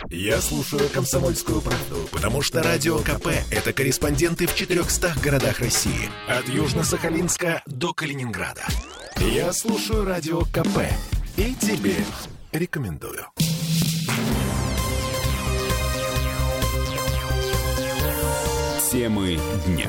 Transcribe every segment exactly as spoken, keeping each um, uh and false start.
Я слушаю «Комсомольскую правду», потому что Радио КП – это корреспонденты в четырехстах городах России. От Южно-Сахалинска до Калининграда. Я слушаю Радио КП и тебе рекомендую. Темы дня.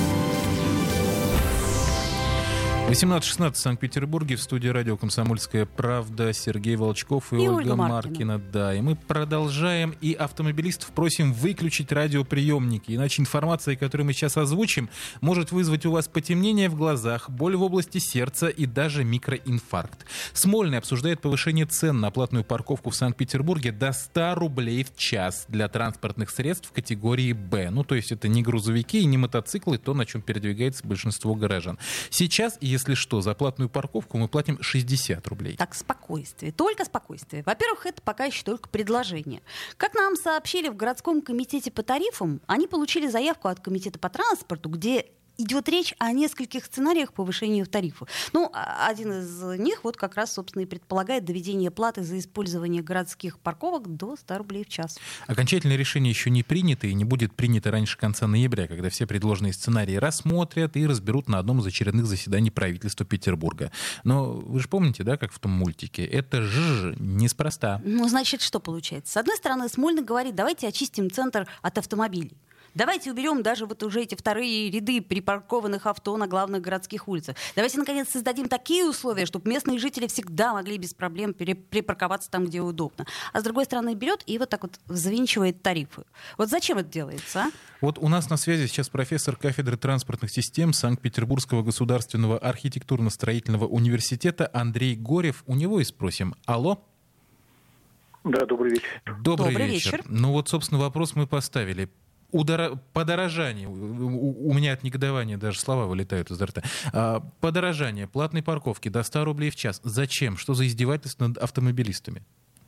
восемнадцать шестнадцать в Санкт-Петербурге, в студии радио «Комсомольская правда» Сергей Волчков и, и Ольга Ольга Маркина. Да, и мы продолжаем, и автомобилистов просим выключить радиоприемники, иначе информация, которую мы сейчас озвучим, может вызвать у вас потемнение в глазах, боль в области сердца и даже микроинфаркт. Смольный обсуждает повышение цен на платную парковку в Санкт-Петербурге до ста рублей в час для транспортных средств категории «Б». Ну, то есть это не грузовики и не мотоциклы, то, на чем передвигается большинство горожан. Сейчас, если что, за платную парковку мы платим шестьдесят рублей. Так, спокойствие, только спокойствие. Во-первых, это пока еще только предложение. Как нам сообщили в городском комитете по тарифам, они получили заявку от комитета по транспорту, где идет речь о нескольких сценариях повышения тарифа. Ну, один из них вот как раз, собственно, и предполагает доведение платы за использование городских парковок до ста рублей в час. Окончательное решение еще не принято и не будет принято раньше конца ноября, когда все предложенные сценарии рассмотрят и разберут на одном из очередных заседаний правительства Петербурга. Но вы же помните, да, как в том мультике? Это же неспроста. Ну, значит, что получается? С одной стороны, Смольный говорит, давайте очистим центр от автомобилей. Давайте уберем даже вот уже эти вторые ряды припаркованных авто на главных городских улицах. Давайте, наконец, создадим такие условия, чтобы местные жители всегда могли без проблем пере- припарковаться там, где удобно. А с другой стороны, берет и вот так вот взвинчивает тарифы. Вот зачем это делается, а? Вот у нас на связи сейчас профессор кафедры транспортных систем Санкт-Петербургского государственного архитектурно-строительного университета Андрей Горев. У него и спросим. Алло? Да, добрый вечер. Добрый, Добрый вечер. вечер. Ну вот, собственно, вопрос мы поставили. Удоро... Подорожание, у... у меня от негодования даже слова вылетают изо рта. А, подорожание платной парковки до ста рублей в час. Зачем? Что за издевательство над автомобилистами?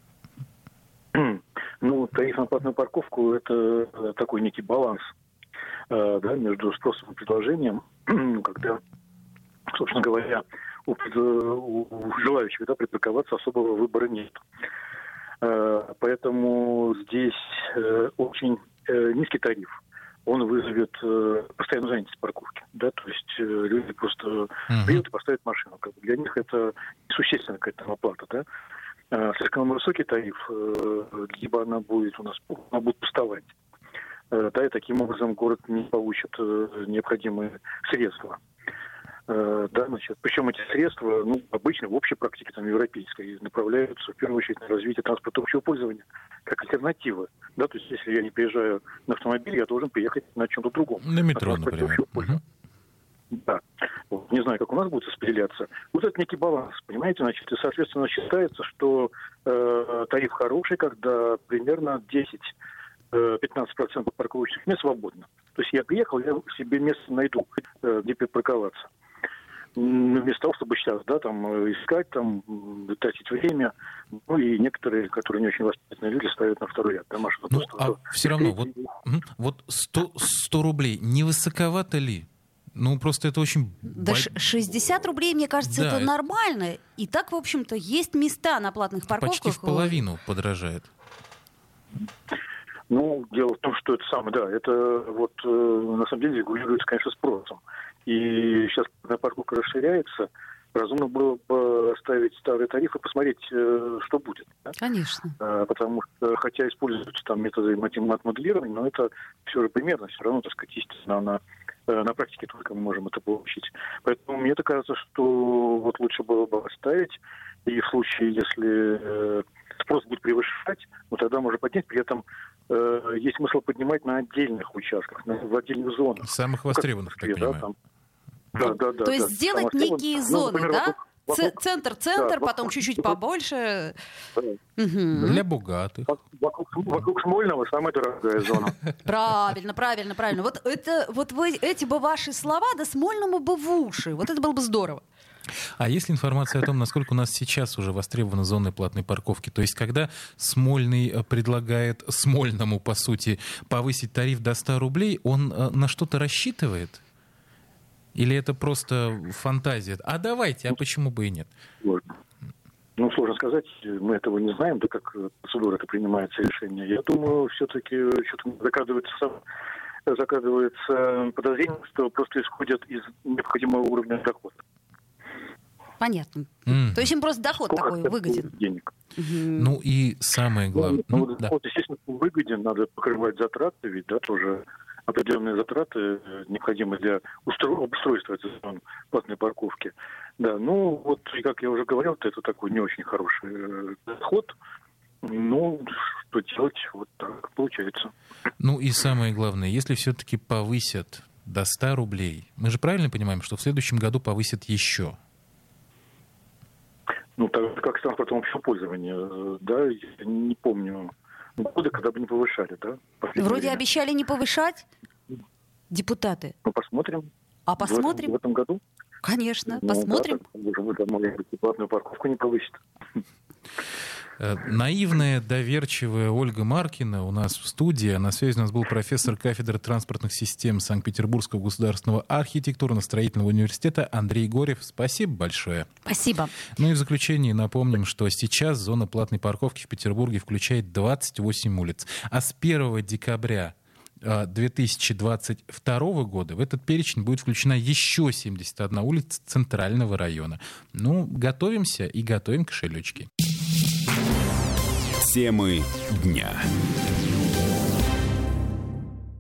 Ну, тариф на платную парковку – это такой некий баланс, э, да, между спросом и предложением, когда, собственно говоря, у, у желающих, да, припарковаться особого выбора нет. Э, поэтому здесь э, очень низкий тариф, он вызовет э, постоянную занятость парковки. Да? То есть э, люди просто uh-huh. приедут и поставят машину. Как бы для них это существенная какая-то оплата. Да? Э, слишком высокий тариф, э, либо она будет у нас она будет пустовать. Э, да, и таким образом город не получит э, необходимые средства. Э, да, значит, причем эти средства, ну, обычно в общей практике, там, европейской, направляются в первую очередь на развитие транспорта общего пользования, как альтернативы. Да, то есть, если я не приезжаю на автомобиле, я должен приехать на чем-то другом. На метро, на например. Uh-huh. Да. Вот, не знаю, как у нас будет распределяться. Вот это некий баланс, понимаете? Значит, и, соответственно, считается, что э, тариф хороший, когда примерно десять-пятнадцать процентов парковочных мест свободно. То есть я приехал, я себе место найду, э, где припарковаться. Вместо того, чтобы сейчас, да, там, искать, там, тратить время, ну, и некоторые, которые не очень воспитанные люди, ставят на второй ряд. Да, машину ну, просто, а вот, все равно, вот, вот сто, сто рублей, не высоковато ли? Ну, просто это очень... Да бо... шестьдесят рублей, мне кажется, да, это, это нормально. И так, в общем-то, есть места на платных парковках. Почти в половину подорожает. Ну, дело в том, что это самое, да, это вот, э, на самом деле, регулируется, конечно, спросом. И сейчас, когда парковка расширяется, разумно было бы оставить старый тариф и посмотреть, э, что будет. Да? Конечно. А, потому что, хотя используются там методы мат-моделирования, но это все же примерно, все равно, так сказать, естественно, на, на практике только мы можем это получить. Поэтому мне кажется, что вот лучше было бы оставить, и в случае, если э, спрос будет превышать, ну тогда можно поднять, при этом э, есть смысл поднимать на отдельных участках, на, в отдельных зонах. Самых востребованных, ну, как, я да, понимаю. Там, Да, да, да, То есть да, сделать некие зоны, ну, например, да? Вокруг, Центр-центр, да, потом чуть-чуть побольше. Да. Угу. Для богатых. Вокруг, вокруг Смольного самая дорогая зона. Правильно, правильно, правильно. Вот, это, вот вы, эти бы ваши слова, да Смольному бы в уши. Вот это было бы здорово. А есть ли информация о том, насколько у нас сейчас уже востребованы зоны платной парковки? То есть, когда Смольный предлагает Смольному, по сути, повысить тариф до ста рублей, он на что-то рассчитывает? Или это просто фантазия? А давайте, а почему бы и нет? Ну, сложно сказать, мы этого не знаем, да как процедура это принимается решение. Я думаю, все-таки что-то закрадывается, закрадывается подозрение, что просто исходят из необходимого уровня дохода. Понятно. Mm. То есть им просто доход Сколько такой выгоден. Денег. Mm-hmm. Ну и самое главное... Ну, ну, да. вот, естественно, выгоден, надо покрывать затраты, ведь, да, тоже определенные затраты необходимы для устро... обустройства этой платной парковки. Да, ну, вот, и как я уже говорил, это такой не очень хороший доход. Ну, что делать, вот так получается. Ну и самое главное, если все-таки повысят до ста рублей, мы же правильно понимаем, что в следующем году повысят еще? Ну, так как с транспортом общего пользования, да, я не помню годы, когда бы не повышали, да? Вроде время. обещали не повышать депутаты. Ну, посмотрим. А посмотрим? В этом, в этом году? Конечно, Ну, посмотрим. Да, может быть, платную парковку не повысит. Наивная, доверчивая Ольга Маркина у нас в студии. А на связи у нас был профессор кафедры транспортных систем Санкт-Петербургского государственного архитектурно-строительного университета Андрей Горев. Спасибо большое. Спасибо. Ну и в заключение напомним, что сейчас зона платной парковки в Петербурге включает двадцать восемь улиц. А с первого декабря две тысячи двадцать второго года в этот перечень будет включена еще семьдесят одна улица Центрального района. Ну, готовимся и готовим кошелечки. Темы дня.